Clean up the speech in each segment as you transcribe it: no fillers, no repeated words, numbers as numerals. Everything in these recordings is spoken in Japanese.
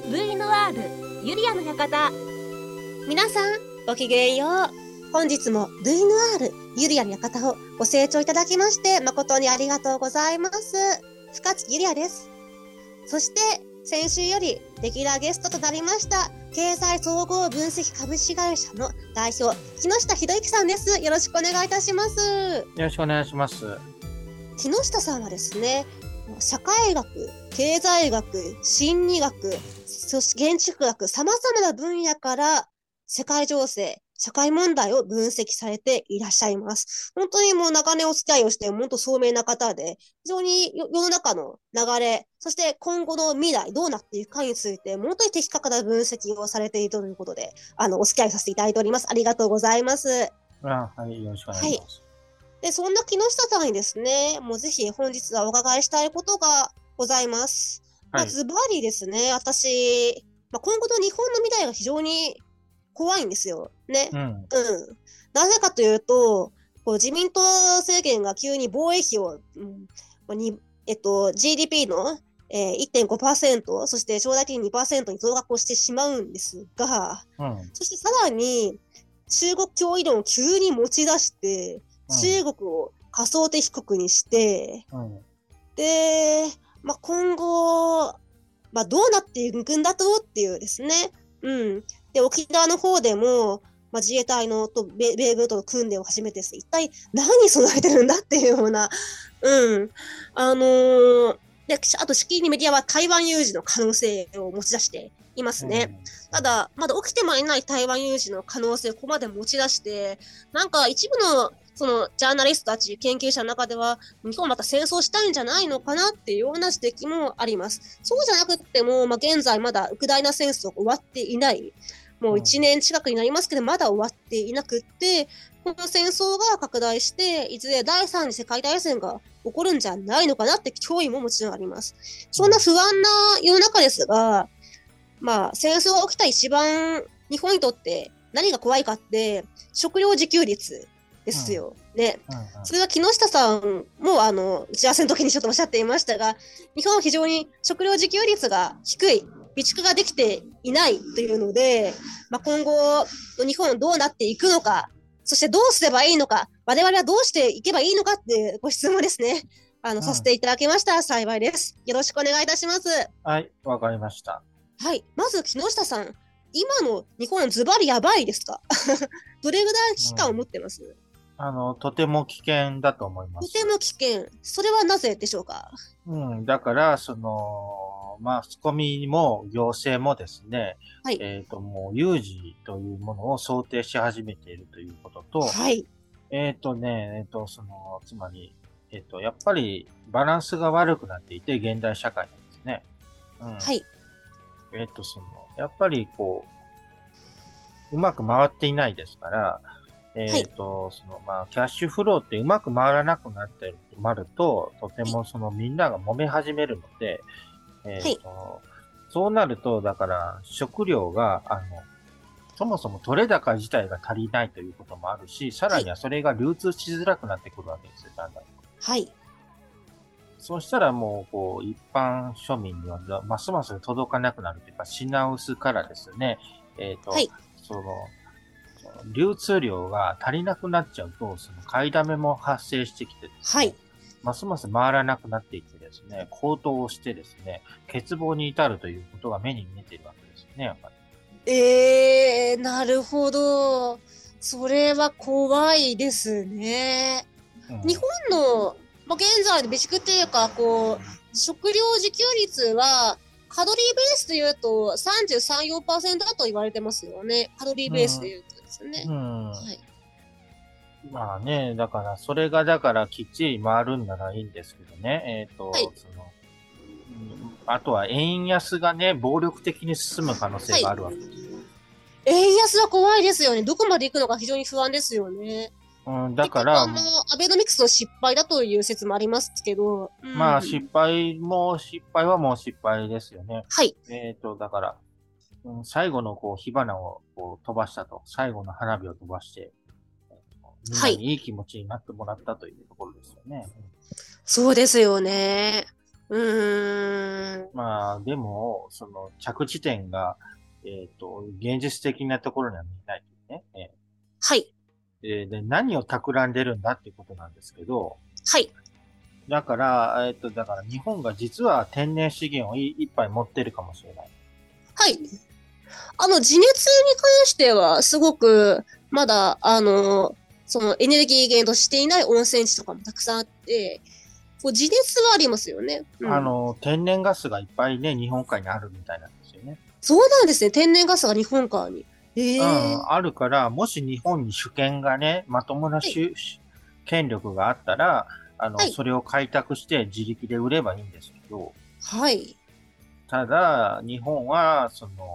V ノワールユリアの館。 皆さんごきげんよう。本日も V ノワールユリアの館をご清聴いただきまして誠にありがとうございます。深津ユリアです。そして先週よりレギュラーゲストとなりました経済総合分析株式会社の代表木下博之さんです。よろしくお願いいたします。 よろしくお願いします。 木下さんはですね、社会学、経済学、心理学、建築学、様々な分野から世界情勢、社会問題を分析されていらっしゃいます。本当にもう長年お付き合いをして、本当聡明な方で、非常に世の中の流れ、そして今後の未来どうなっていくかについて、本当に的確な分析をされているということで、お付き合いさせていただいております。ありがとうございます。 はい、よろしくお願いします。 で、そんな木下さんにですね、もうぜひ本日はお伺いしたいことがございます。ズバリですね、私、今後の日本の未来が非常に怖いんですよ。ね。なぜかというと、自民党政権が急に防衛費を、GDP の、1.5%、そして将来的に 2% に増額をしてしまうんですが、そしてさらに中国脅威論を急に持ち出して、中国を仮想敵国にして、で、今後、どうなっていくんだとっていうですね。で、沖縄の方でも、自衛隊の米軍との訓練を始めてですね、一体何に備えてるんだっていうような、で、あと、しきりにメディアは台湾有事の可能性を持ち出していますね。ただ、まだ起きてもいない台湾有事の可能性をここまで持ち出して、なんか一部のそのジャーナリストたち、研究者の中では、日本また戦争したいんじゃないのかなっていうような指摘もあります。そうじゃなくても、現在まだウクライナ戦争が終わっていない。もう1年近くになりますけど、まだ終わっていなくって、この戦争が拡大して、いずれ第3次世界大戦が起こるんじゃないのかなって脅威ももちろんあります。そんな不安な世の中ですが、戦争が起きた一番日本にとって何が怖いかって、食料自給率ですよ。ね。それは木下さんも打ち合わせの時にちょっとおっしゃっていましたが、日本は非常に食料自給率が低い。備蓄ができていないというので、今後日本どうなっていくのか、そしてどうすればいいのか、我々はどうしていけばいいのかっていうご質問ですね。させていただきましたら幸いです。よろしくお願いいたします。 はい、わかりました。 はい。まず木下さん、今の日本はズバリやばいですか？どれぐらい危機感を持ってます？ とても危険だと思います。 とても危険。それはなぜでしょうか？ だから、マスコミも行政もですね、もう有事というものを想定し始めているということと、つまり、やっぱりバランスが悪くなっていて、現代社会なんですね。やっぱりうまく回っていないですから、キャッシュフローってうまく回らなくなってまると、とてもみんなが揉め始めるので、そうなると、だから食料が、そもそも取れ高自体が足りないということもあるし、さらにはそれが流通しづらくなってくるわけですよ、だんだん。そうしたらもう、一般庶民にはますます届かなくなるというか、品薄からですね、流通量が足りなくなっちゃうと、買いだめも発生してきてですね、ますます回らなくなっていってですね、高騰をしてですね、欠乏に至るということが目に見えているわけですよね、やっぱり。なるほど。それは怖いですね。日本の、現在の備蓄っていうか、食料自給率は、カロリーベースで言うと33、4% だと言われてますよね。カロリーベースで言うとですね。 まあね、だから、それがきっちり回るんならいいんですけどね。あとは円安がね、暴力的に進む可能性があるわけです。 円安は怖いですよね。どこまで行くのか非常に不安ですよね。 だから、 アベノミクスの失敗だという説もありますけど。 失敗はもう失敗ですよね。だから、最後の火花を飛ばしたと。最後の花火を飛ばして、みんなにいい気持ちになってもらったというところですよね。 そうですよね。 まあ、でも、その着地点が、現実的なところには見えないというね。 はい。 で、何を企んでるんだっていうことなんですけど、 はい。 だから、だから日本が実は天然資源をいっぱい持ってるかもしれない。 はい。地熱に関しては、すごく、まだ、そのエネルギー源としていない温泉地とかもたくさんあって、こう地熱はありますよね。 天然ガスがいっぱいね、日本海にあるみたいなんですよね。 そうなんですね。天然ガスが日本海に。 あるから、もし日本に主権がね、まともな権力があったら、それを開拓して自力で売ればいいんですけど、 はい。 ただ、日本は、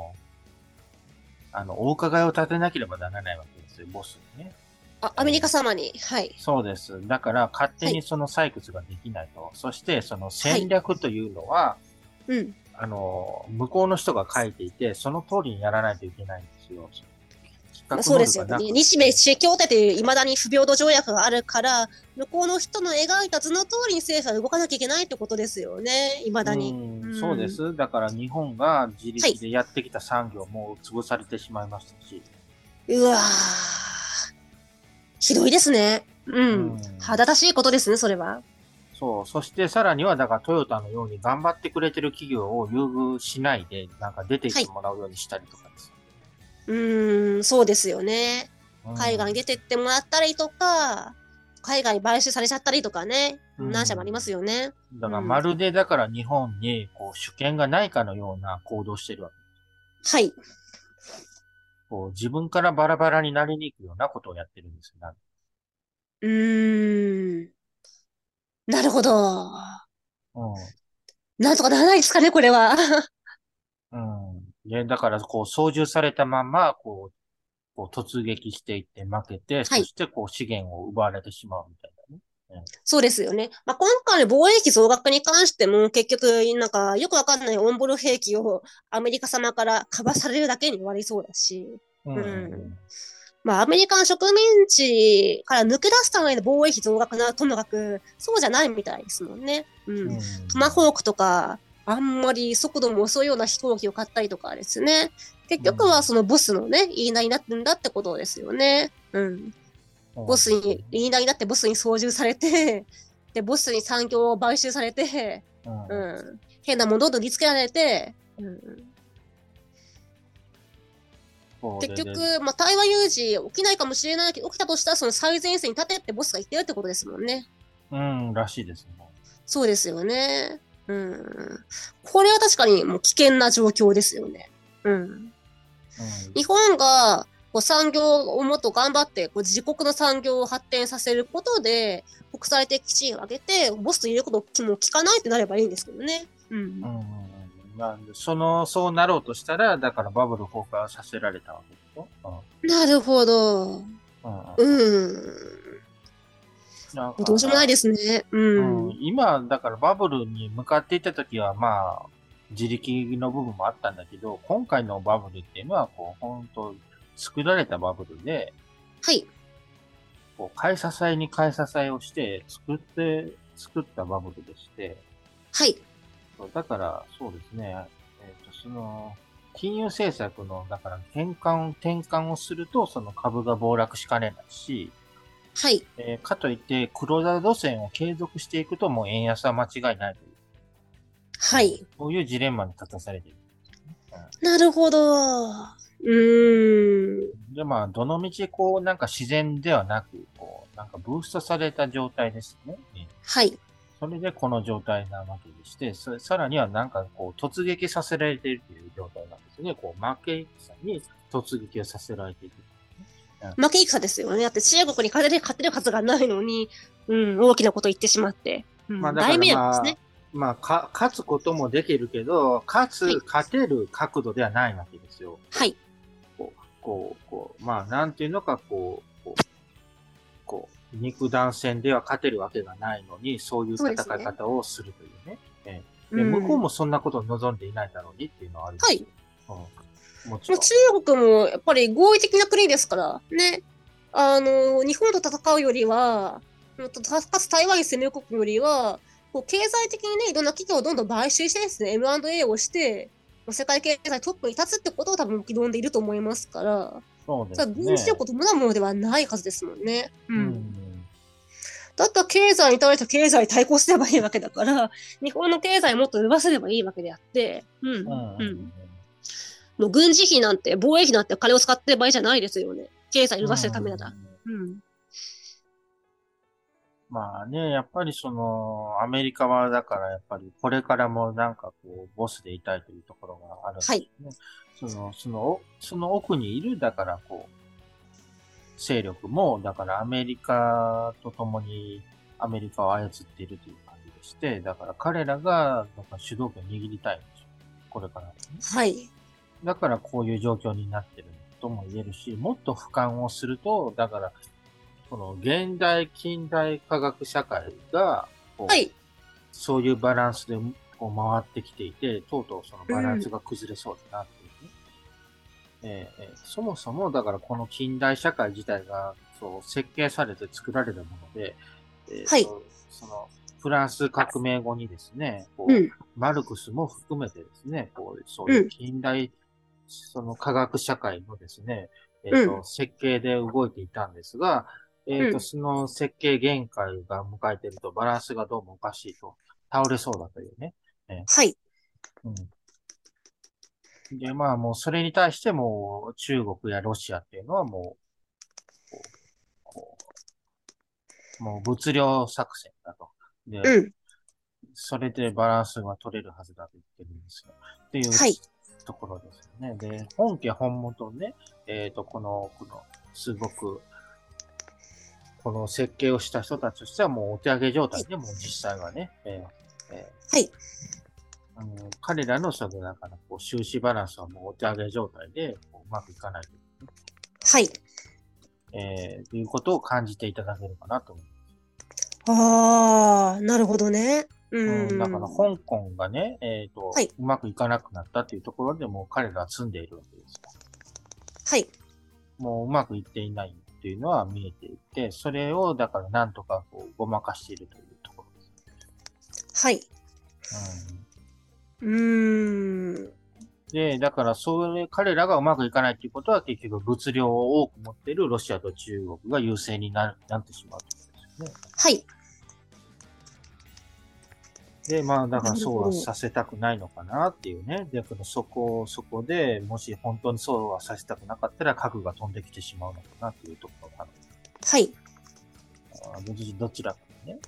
お伺いを立てなければならないわけですよ、ボスにね。 アメリカ様に。はい。 そうです。だから、勝手にその採掘ができないと。はい、そして、その戦略というのは、向こうの人が書いていて、その通りにやらないといけないんですよ。 そうですよね。日米地位協定という未だに不平等条約があるから、向こうの人の描いた図の通りに政府は動かなきゃいけないってことですよね、未だに。 そうです。だから日本が自力でやってきた産業も潰されてしまいましたし。 うわー。ひどいですね。腹立たしいことですね、それは。 そう。そしてさらには、だからトヨタのように頑張ってくれてる企業を優遇しないで、なんか出て行ってもらうようにしたりとかです。 そうですよね。海外に出てってもらったりとか、海外に買収されちゃったりとかね、何社もありますよね。 だからまるでだから日本にこう主権がないかのような行動をしてるわけです。はい。 こう自分からバラバラになりに行くようなことをやってるんですよ。 なるほど。なんとかならないですかね、これは。 で、だから、こう、操縦されたまま、こう突撃していって負けて、そしてこう資源を奪われてしまうみたいなね。 そうですよね。まあ、今回の防衛費増額に関しても、結局、なんか、よくわかんないオンボロ兵器をアメリカ様からかばされるだけに終わりそうだし。まあ、アメリカの植民地から抜け出すための防衛費増額ならともかく、そうじゃないみたいですもんね。トマホークとか、あんまり速度も遅いような飛行機を買ったりとかですね。結局はそのボスのね、言いなりになってんだってことですよね。ボスに、言いなりになってボスに操縦されて、で、ボスに産業を買収されて、変なものどんどん見つけられて、結局、まあ、台湾有事起きないかもしれないけど、起きたとしたらその最前線に立てってボスが言ってるってことですもんね。 らしいですね。そうですよね。これは確かにもう危険な状況ですよね。日本がこう産業をもっと頑張ってこう自国の産業を発展させることで国際的地位を上げてボスと言うことも聞かないってなればいいんですけどね。 そうなろうとしたら、だからバブル崩壊させられたわけでしょ。 なるほど。どうしようもないですね。 今、だからバブルに向かっていったときは、まあ、自力の部分もあったんだけど、今回のバブルっていうのは、こう、本当作られたバブルで、 はい。 こう、買い支えに買い支えをして、作ったバブルでして、 はい。 だから、そうですね、金融政策の、だから転換をすると、その株が暴落しかねないし、 はい。 かといって、黒田路線を継続していくと、もう円安は間違いないという。 はい。 そういうジレンマに立たされている。 なるほど。 で、まあ、どのみち、こう、なんか自然ではなく、こう、なんかブーストされた状態ですね。 はい。 それでこの状態なわけでして、さらにはなんかこう、突撃させられているという状態なんですね。こう、負け戦に突撃をさせられている。 負け戦ですよね。だって中国に勝てるはずがないのに、大きなこと言ってしまって。まあ、大迷惑ですね。 まあ、勝つこともできるけど、勝てる角度ではないわけですよ。 はい。 まあ、なんていうのか、肉弾戦では勝てるわけがないのに、そういう戦い方をするというね。で向こうもそんなことを望んでいないだろうにっていうのはあるんですよ。 はい。もちろん。中国もやっぱり合意的な国ですから、ね。日本と戦うよりは、かつ台湾に攻め込むよりは、 こう経済的にね、いろんな企業をどんどん買収してですね、M&A をして、世界経済トップに立つってことを多分挑んでいると思いますから、 そうですね。 軍事力を伴うものではないはずですもんね。 うん。 だったら経済に対して経済に対抗すればいいわけだから、日本の経済をもっと伸ばせればいいわけであって、もう軍事費なんて、防衛費なんて金を使ってる場合じゃないですよね。経済を伸ばせるためなら。 まあね、やっぱりアメリカはだからやっぱりこれからもなんかこう、ボスでいたいというところがあるんですね。はい。その奥にいる、だからこう、勢力も、だからアメリカと共にアメリカを操っているという感じでして、だから彼らが、なんか主導権を握りたいんでしょう。これから、ね。 はい。 だからこういう状況になってるとも言えるし、もっと俯瞰をすると、だから、この現代近代科学社会が、 はい、 そういうバランスでこう回ってきていて、とうとうそのバランスが崩れそうだなっていうね。そもそもだからこの近代社会自体がそう設計されて作られたもので、 はい、 そのフランス革命後にですね、こうマルクスも含めてですね、こうそういう近代、その科学社会のですね、設計で動いていたんですが、その設計限界が迎えていると、バランスがどうもおかしいと、倒れそうだというね。 はい。 で、まあもうそれに対しても、中国やロシアっていうのはもう物量作戦だと。で、それでバランスが取れるはずだと言ってるんですよ。っていうところですよね。で、本家本元ね、この、すごく、この設計をした人たちとしてはもうお手上げ状態でもう実際はね、 はい。 彼らのそのだからこう収支バランスはもうお手上げ状態でうまくいかないという、ね。 はい。 ということを感じていただけるかなと思います。 ああ、なるほどね。 だから香港がね、はい、うまくいかなくなったっていうところでもう彼らは住んでいるわけです。 はい。 もううまくいっていないっていうのは見えていて、それをだからなんとかこうごまかしているというところです。 はい。 で、だから彼らがうまくいかないっていうことは結局物量を多く持っているロシアと中国が優勢になってしまうということですよね。 はい。 で、まあ、だからそうはさせたくないのかなっていうね。だからそこでもし本当にそうはさせたくなかったら核が飛んできてしまうのかなっていうところがある。 はい。 どちらかね。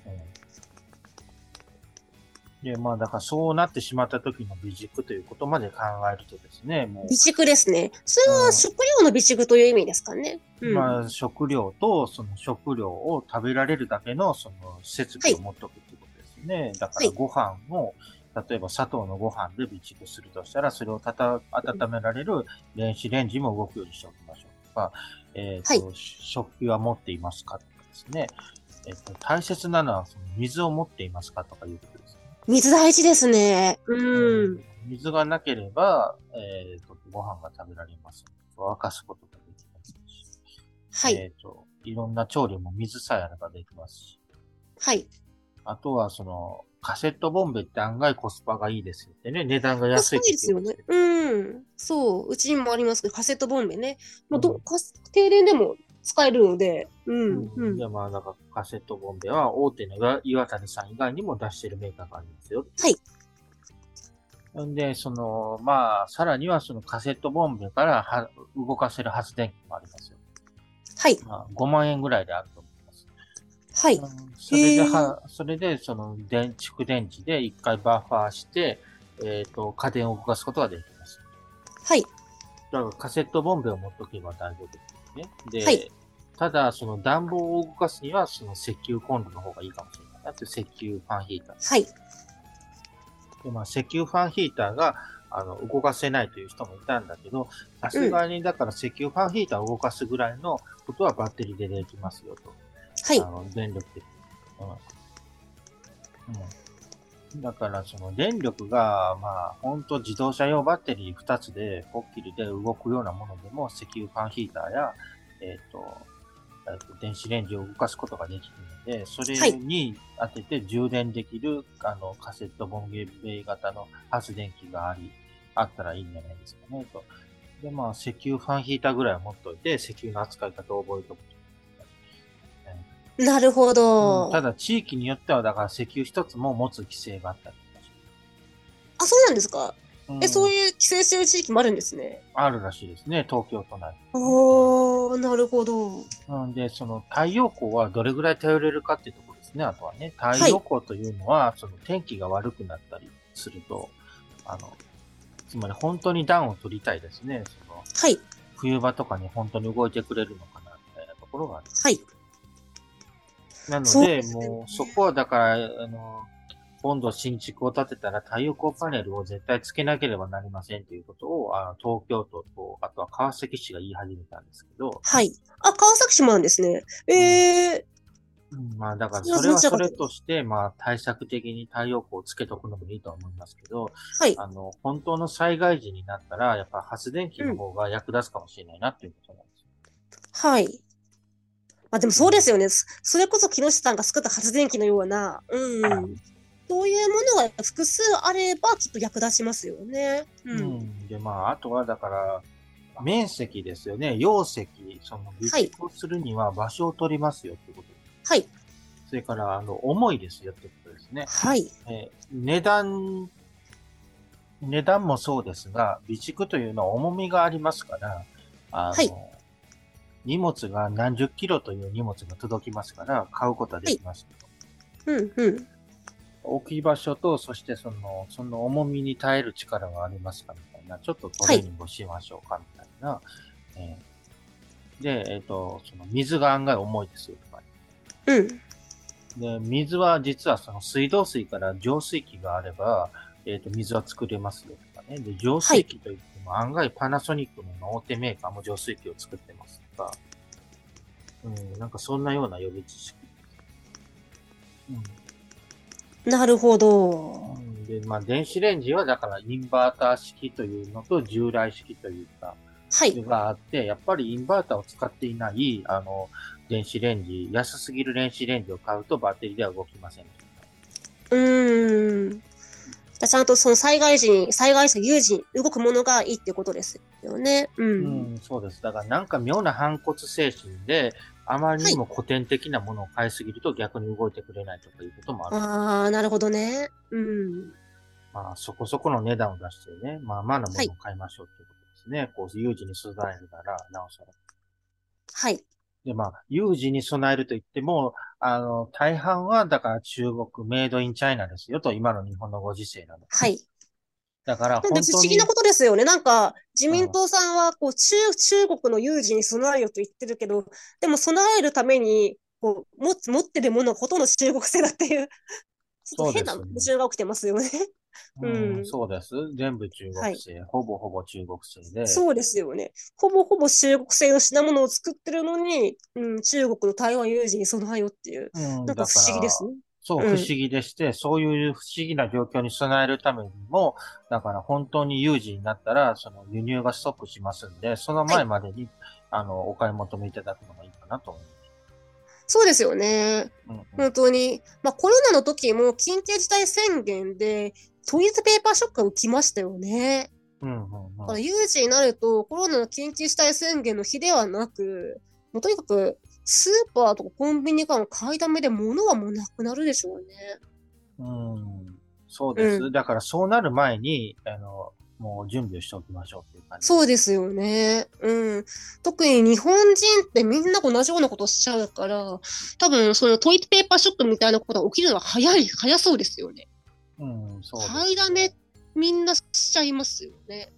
で、まあ、だからそうなってしまった時の備蓄ということまで考えるとですね、もう。 備蓄ですね。それは食料の備蓄という意味ですかね。 まあ、食料と、その食料を食べられるだけの、その設備を持っとくっていうことですね。だからご飯を、例えば砂糖のご飯で備蓄するとしたら、それを温められる電子レンジも動くようにしておきましょうとか、食器は持っていますかとかですね。大切なのはその水を持っていますかとかいうことですね。 水大事ですね。 水がなければ、ご飯が食べられます。沸かすことができますし。 はい。 いろんな調理も水さえあればできますし。 はい。 あとは、カセットボンベって案外コスパがいいですよってね。値段が安いってですよね。そう。うちにもありますけど、カセットボンベね。停電でも使えるので。 で、まあ、だからカセットボンベは大手の岩谷さん以外にも出してるメーカーがありますよ。 はい。 んで、まあ、さらにはそのカセットボンベから動かせる発電機もありますよ。 はい。 まあ、5万円ぐらいであると思います。 はい。 それで、蓄電池で一回バッファーして、家電を動かすことができます。 はい。 だからカセットボンベを持っとけば大丈夫ですね。で、 はい、 ただ、暖房を動かすには、石油コンロの方がいいかもしれない。だって石油ファンヒーター。 はい。 で、まあ、石油ファンヒーターが、動かせないという人もいたんだけど、さすがに、だから石油ファンヒーターを動かすぐらいのことはバッテリーでできますよと。 はい。 電力的に。だから、電力が、まあ、本当自動車用バッテリー2つで、ポッキリで動くようなものでも、石油ファンヒーターや、 電子レンジを動かすことができるので、それに当てて充電できる、カセットボンベ型の発電機があったらいいんじゃないですかね、と。で、まあ、石油ファンヒーターぐらいは持っといて、石油の扱い方を覚えておく。 なるほど、 ただ、地域によっては、だから石油一つも持つ規制があったりとかしあ、そうなんですか。そういう規制してる地域もあるんですね。 あるらしいですね、東京都内。 なるほど。 で、その太陽光はどれぐらい頼れるかっていうところですね、あとはね。太陽光というのは、その天気が悪くなったりすると、つまり本当に暖を取りたいですね。冬場とかに本当に動いてくれるのかな、みたいなところがある。なので、もうそこはだから、今度新築を建てたら太陽光パネルを絶対つけなければなりませんということを、東京都と、あとは川崎市が言い始めたんですけど。 川崎市もあるんですね。 まあ、だからそれはそれとして、まあ、対策的に太陽光をつけとくのもいいと思いますけど、本当の災害時になったら、やっぱ発電機の方が役立つかもしれないなっていうことなんですよ。 まあでもそうですよね。それこそ木下さんが作った発電機のような、そういうものが複数あればきっと役立ちますよね。 で、まあ、あとはだから、面積ですよね。容積、備蓄をするには場所を取りますよってことです。それから、重いですよってことですね。値段もそうですが、備蓄というのは重みがありますから、荷物が何十キロという荷物が届きますから、買うことはできますけど。置き場所と、そしてその重みに耐える力がありますかみたいな、ちょっとトレーニングをしましょうかみたいな。で、その水が案外重いですよとか。で、水は実はその水道水から浄水器があれば、水は作れますよとかね。で、浄水器といっても案外パナソニックの大手メーカーも浄水器を作ってますとか。なんかそんなような予備知識。 なるほど。 で、まあ、電子レンジはだからインバーター式というのと従来式というか、があって、やっぱりインバーターを使っていない、電子レンジ、安すぎる電子レンジを買うとバッテリーでは動きません。 ちゃんとその災害時、有事に動くものがいいっていうことですよね。 そうです。だからなんか妙な反骨精神で、あまりにも古典的なものを買いすぎると逆に動いてくれないとかいうこともある。 なるほどね。 まあ、そこそこの値段を出してね、まあまあなものを買いましょうということですね。こう、有事に備えるなら、なおさら。で、まあ、有事に備えると言っても、大半は、だから中国、メイドインチャイナですよと、今の日本のご時世なの。だから本当に。 不思議なことですよね。なんか、自民党さんは、こう、中国の有事に備えよと言ってるけど、でも備えるために、こう、持ってるものがほとんど中国製だっていう、変な矛盾が起きてますよね。 そうです。全部中国製、ほぼほぼ中国製で。 そうですよね。ほぼほぼ中国製の品物を作ってるのに、中国の台湾有事に備えよっていう、なんか不思議ですね。 そう、不思議でして、そういう不思議な状況に備えるためにも、だから本当に有事になったら、その輸入がストップしますんで、その前までに、お買い求めいただくのがいいかなと思います。 そうですよね。本当に。まあコロナの時も緊急事態宣言でトイレットペーパーショックが起きましたよね。だから有事になるとコロナの緊急事態宣言の日ではなく、もうとにかくスーパーとかコンビニからの買いだめで物はもうなくなるでしょうね。 そうです。だからそうなる前に、もう準備をしておきましょうっていう感じ。 そうですよね。特に日本人ってみんな同じようなことをしちゃうから、多分そのトイレットペーパーショックみたいなことが起きるのは早そうですよね。 そうです。 買いだめみんなしちゃいますよね。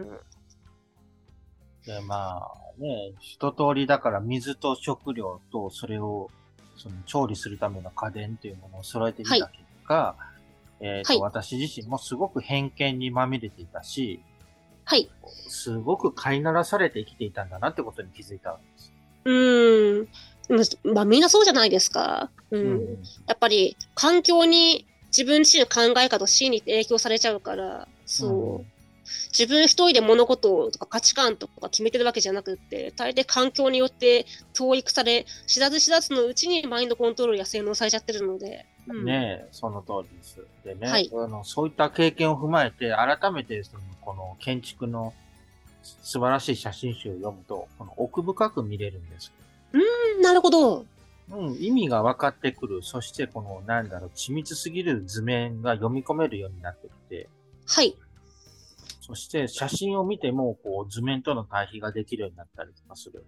で、まあね、一通りだから水と食料とそれを調理するための家電というものを揃えてみた結果、私自身もすごく偏見にまみれていたし、すごく飼いならされて生きていたんだなってことに気づいたわけです。まあみんなそうじゃないですか。やっぱり環境に自分自身の考え方と心理って影響されちゃうから、 自分一人で物事とか価値観とか決めてるわけじゃなくって、大抵環境によって教育され、知らず知らずのうちにマインドコントロールや洗脳されちゃってるので。 ねえ、その通りです。でね、はい、そういった経験を踏まえて、改めてこの建築の素晴らしい写真集を読むと、この奥深く見れるんです。 なるほど。 意味が分かってくる。そしてこの、緻密すぎる図面が読み込めるようになってきて。 はい。 そして写真を見ても、図面との対比ができるようになったりとかする。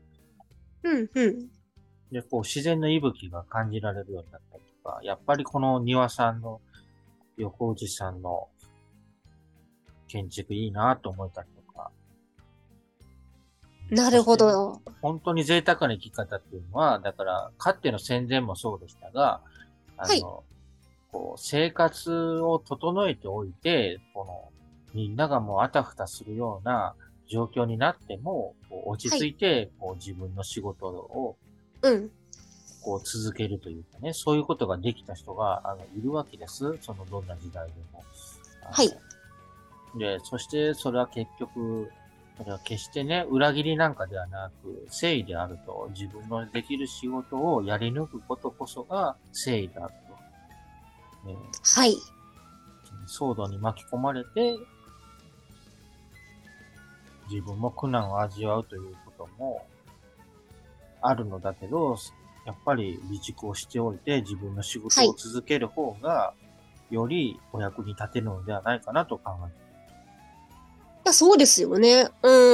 で、自然の息吹が感じられるようになったりとか、やっぱりこの庭さんの、横内さんの建築いいなと思ったりとか。 なるほど。 本当に贅沢な生き方っていうのは、だから、かっての戦前もそうでしたが、生活を整えておいて、みんながもうあたふたするような状況になっても、落ち着いて、自分の仕事を、続けるというかね、そういうことができた人が、いるわけです。どんな時代でも。 はい。 で、そしてそれは結局、それは決してね、裏切りなんかではなく、誠意であると、自分のできる仕事をやり抜くことこそが誠意だと。 はい。 騒動に巻き込まれて、自分も苦難を味わうということもあるのだけど、やっぱり備蓄をしておいて自分の仕事を続ける方が、よりお役に立てるのではないかなと考えています。そうですよね。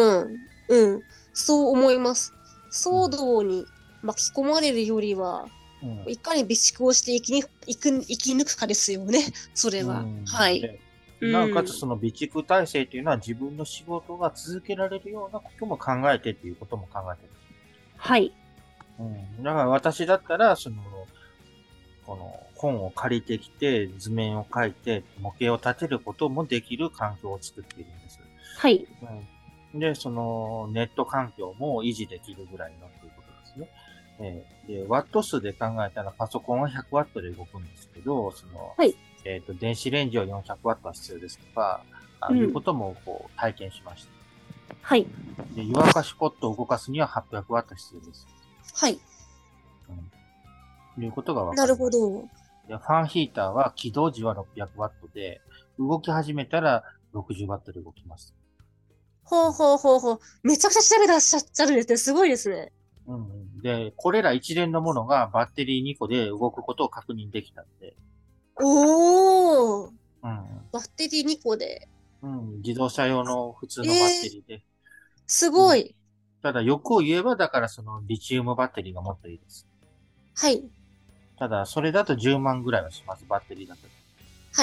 そう思います。騒動に巻き込まれるよりは、いかに備蓄をして生き抜くかですよね。それは。はい。 なおかつその備蓄体制というのは自分の仕事が続けられるようなことも考えてっていうことも考えてる。 はい。 だから私だったら、この本を借りてきて図面を描いて模型を立てることもできる環境を作っているんです。 はい。 で、そのネット環境も維持できるぐらいのということですね。で、ワット数で考えたらパソコンは100ワットで動くんですけど、 はい。 電子レンジは400ワットは必要ですとか、いうことも体験しました。 はい。 で、湯沸かしポットを動かすには800ワット必要です。 はい。 いうことが分かる。 なるほど。 で、ファンヒーターは起動時は600ワットで、動き始めたら60ワットで動きます。 ほう。めちゃくちゃ調べてらっしゃるんですね。すごいですね。 で、これら一連のものがバッテリー2個で動くことを確認できたんで。 バッテリー2個で。 自動車用の普通のバッテリーで。 すごい。 ただ欲を言えば、だからリチウムバッテリーがもっといいです。 はい。 ただ、それだと10万ぐらいはします、バッテリーだと。 はい。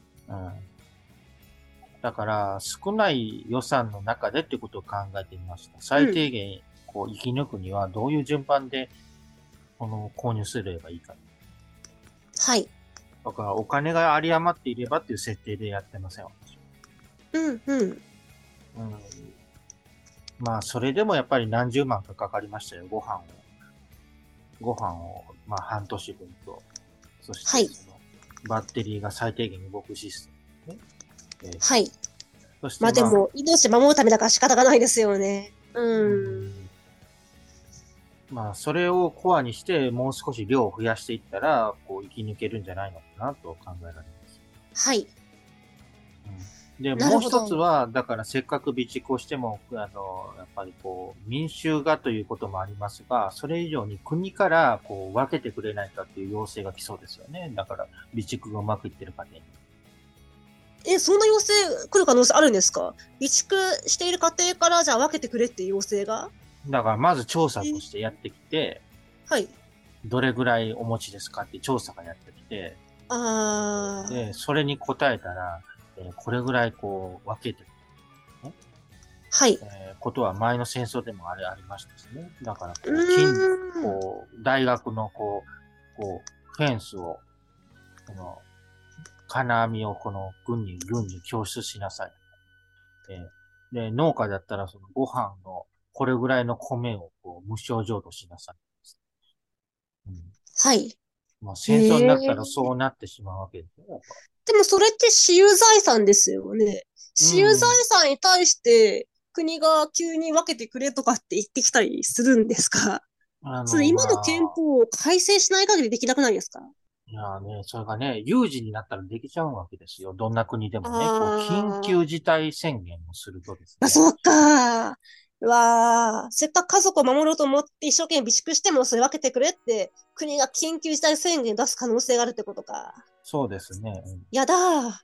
だから、少ない予算の中でってことを考えてみました。最低限、生き抜くにはどういう順番で、購入すればいいか。 はい。 だから、お金が有り余っていればっていう設定でやってません、私。まあ、それでもやっぱり何十万かかかりましたよ、ご飯を、半年分と、そしてバッテリーが最低限動くシステム、ね。 はい。そしてでも、命守るためだから仕方がないですよね。 それをコアにして、もう少し量を増やしていったら、生き抜けるんじゃないのかなと考えられます。 はい。 で、もう一つは、だからせっかく備蓄をしても、やっぱり民衆がということもありますが、それ以上に国から分けてくれないかっていう要請が来そうですよね。だから備蓄がうまくいってる家庭に。 そんな要請来る可能性あるんですか？備蓄している家庭からじゃあ分けてくれっていう要請が？ だからまず調査としてやってきて、 はい。 どれぐらいお持ちですかって調査がやってきて、で、それに答えたら、これぐらい分けてる、 ね。はい。 ことは前の戦争でもありましたしね。だから大学のフェンスを、金網を軍に供出しなさい。で、農家だったらご飯のこれぐらいの米を無償譲渡しなさい。 はい。 戦争になったらそうなってしまうわけですよ。 でもそれって私有財産ですよね。 私有財産に対して国が急に分けてくれとかって言ってきたりするんですか？それ今の憲法を改正しない限りできなくないですか？ いやね、それがね、有事になったらできちゃうわけですよ。どんな国でもね、こう、緊あ急事態宣言をするとですあ、 ね。 そうか。うわあ、せっかく家族を守ろうと思って一生懸命備蓄してもそれ分けてくれって国が緊急事態宣言出す可能性があるってことか。 そうですね。 やだー。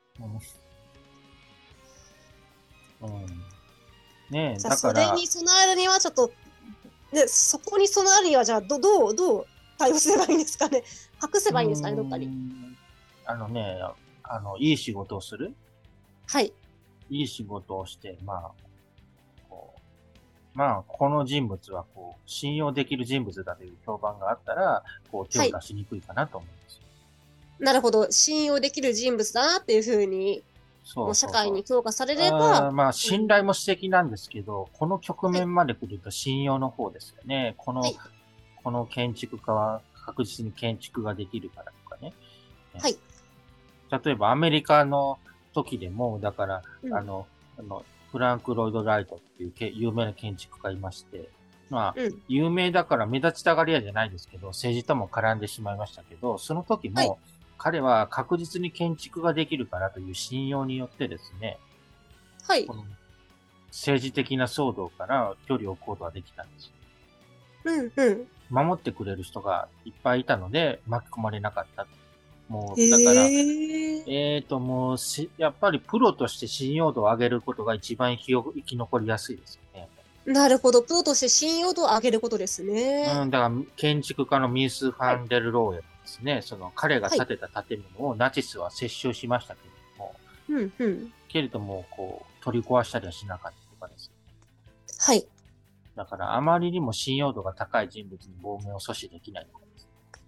うん。うん。ねえ、 じゃあ、 だから、 それに備えるにはちょっと、ね、そこに備えるには、じゃあ、どう対応すればいいんですかね。隠せうーばいいんですかね、どっかに。 ん、あのね、いい仕事をする、 はい。 いい仕事をして、ここの人物は、こう、信用できる人物だという評判があったら、こう、手はい。 を出しにくいかなと思うんですよ。 なるほど。信用できる人物だなっていうふうに、 そうもう社そうそう。 会に評価されれば、う信頼ん。 も素敵なんですけど、この局はい。 面まで来ると信用の方ですよね。 はい。 この建築家は確実に建築ができるからとかね。ねはい。 例えばアメリカの時でも、だから、 うん。 フランク・ロイド・ライトっていう有名な建築家いまして、 うん。 有名だから目立ちたがり屋じゃないですけど、政治とも絡んでしまいましたけど、その時はい。 も、彼は確実に建築ができるからという信用によってですね、 はい。 この政治的な騒動から距離を置くことができたんです。 うん。うん。 守ってくれる人がいっぱいいたので巻き込まれなかった。もへう、だから、 え。 やっぱりプロとして信用度を上げることが一番生き残りやすいですよね。 なるほど。プロとして信用度を上げることですね。 うん、だから建築家のミース・フはい。 ァンデル・ローエもですね、その彼がはい。 建てた建物をナチスは接収しましたけれども、 うん。うん。 こう、取り壊したりはしなかったとかです。 はい。 だからあまりにも信用度が高い人物に亡命を阻止できないとかです。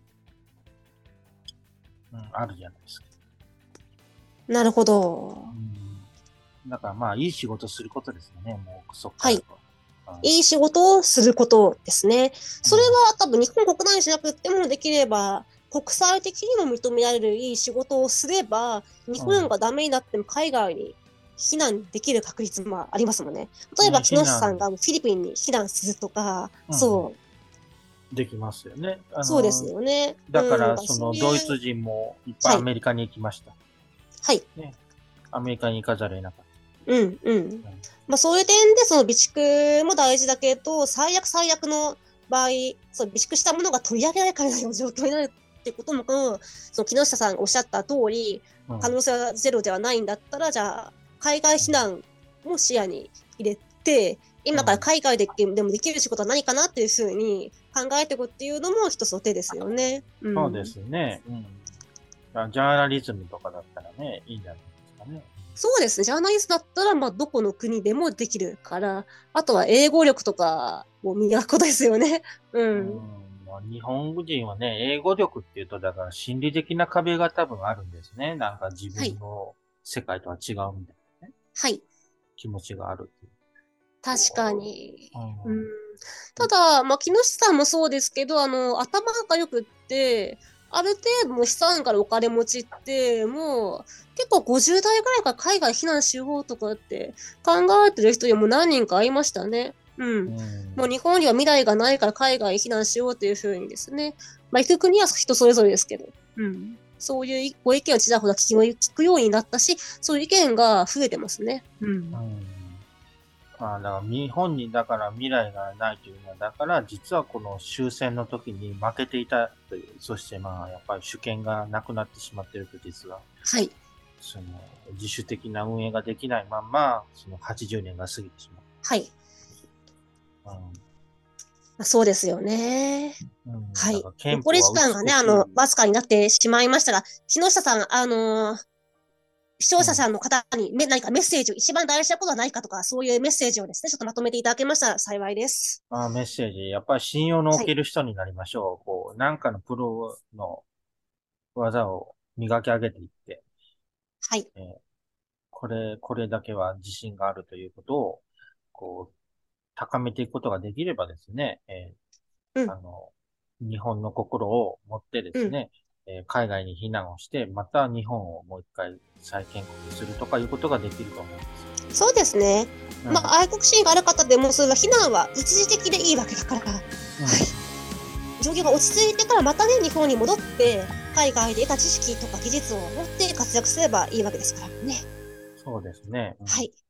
うん、あるじゃないですか。 なるほど。 うん。だからいい仕事することですよね、もうそっかはい。 らと。 いい仕事をすることですね。それうん。 は多分日本国内じゃなくてもできれば、国際的にも認められるいい仕事をすれば、日うん。 本がダメになっても海外に避難できる確率もありますもんね。例えばね、 木下さんがフィリピンに避難するとか、 うんうん。 そう、 できますよね。 そうですよね。うん、 だから、その、 そういう、 ドイツ人もいっぱいはい、 アメリカに行きました。 はい、 ね。アメリカに行かざるを得なかっうん、うん。 た。うん。 まあそういう点でその備蓄も大事だけど、最悪の場合、そう備蓄したものが取り上げられかねないような状況になるってことも、その木下さんがおっしゃった通り、 うん。 可能性はゼロではないんだったら、じゃあ、海外避難も視野に入れて、今からうん。 海外でもできる仕事は何かなっていうふうに考えていくっていうのも一つの手ですよね。うそうでん。 すね。うん。ジャーナリズムとかだったらね、いいんじゃないですかね。 そうですね。ジャーナリストだったら、まあ、どこの国でもできるから、あとは英語力とかを磨くことですよね。ううん。 ん。日本人はね、英語力っていうと、だから心理的な壁が多分あるんですね。なんか自はい。 分の世界とは違うみたいなね、 はい。 気持ちがあるっていう。 確かに。 ううん。 ん。 ただ、まあ、木下さんもそうですけど、頭が良くって、ある程度の資産からお金持ちって、もう、結構50代ぐらいから海外避難しようとかって考えてる人にも何人かいましたね。ううん。もうん。 日本には未来がないから海外避難しようっていうふうにですね。まあ、行く国は人それぞれですけど。うん。そういうご意見をちらほら聞くようになったし、そういう意見が増えてますね。うん。 うん。だから日本にだから未来がないというのは、だから実はこの終戦の時に負けていたという、そしてやっぱり主権がなくなってしまっていると実は、 はい。 その自主的な運営ができないまま、その80年が過ぎてしまはい。 う。 そうですよね。 うん。うん。 はい。 だから憲残り法は時間がね、 美しい。 わずかになってしまいましたが、木下さん、視聴うん。 者さんの方に何かメッセージを、一番大事なことは何かとか、そういうメッセージをですね、ちょっとまとめていただけましたら幸いです。 メッセージ。やっぱり信用のはい。 おける人になりましょう。こう、なんかのプロの技を磨き上げていって、 はい。 えーこれだけは自信があるということを、こう、高めていくことができればですね、 うん。 日本の心を持ってでうん。 すね、 海外に避難をして、また日本をもう一回再建国するとかいうことができると思うんです。 そうですね。愛国心がある方でも、それは避難は一時的でいいわけだから、はい。状況が落ち着いてからまたね、日本に戻って、海外で得た知識とか技術を持って活躍すればいいわけですからね。 そうですね。 はい。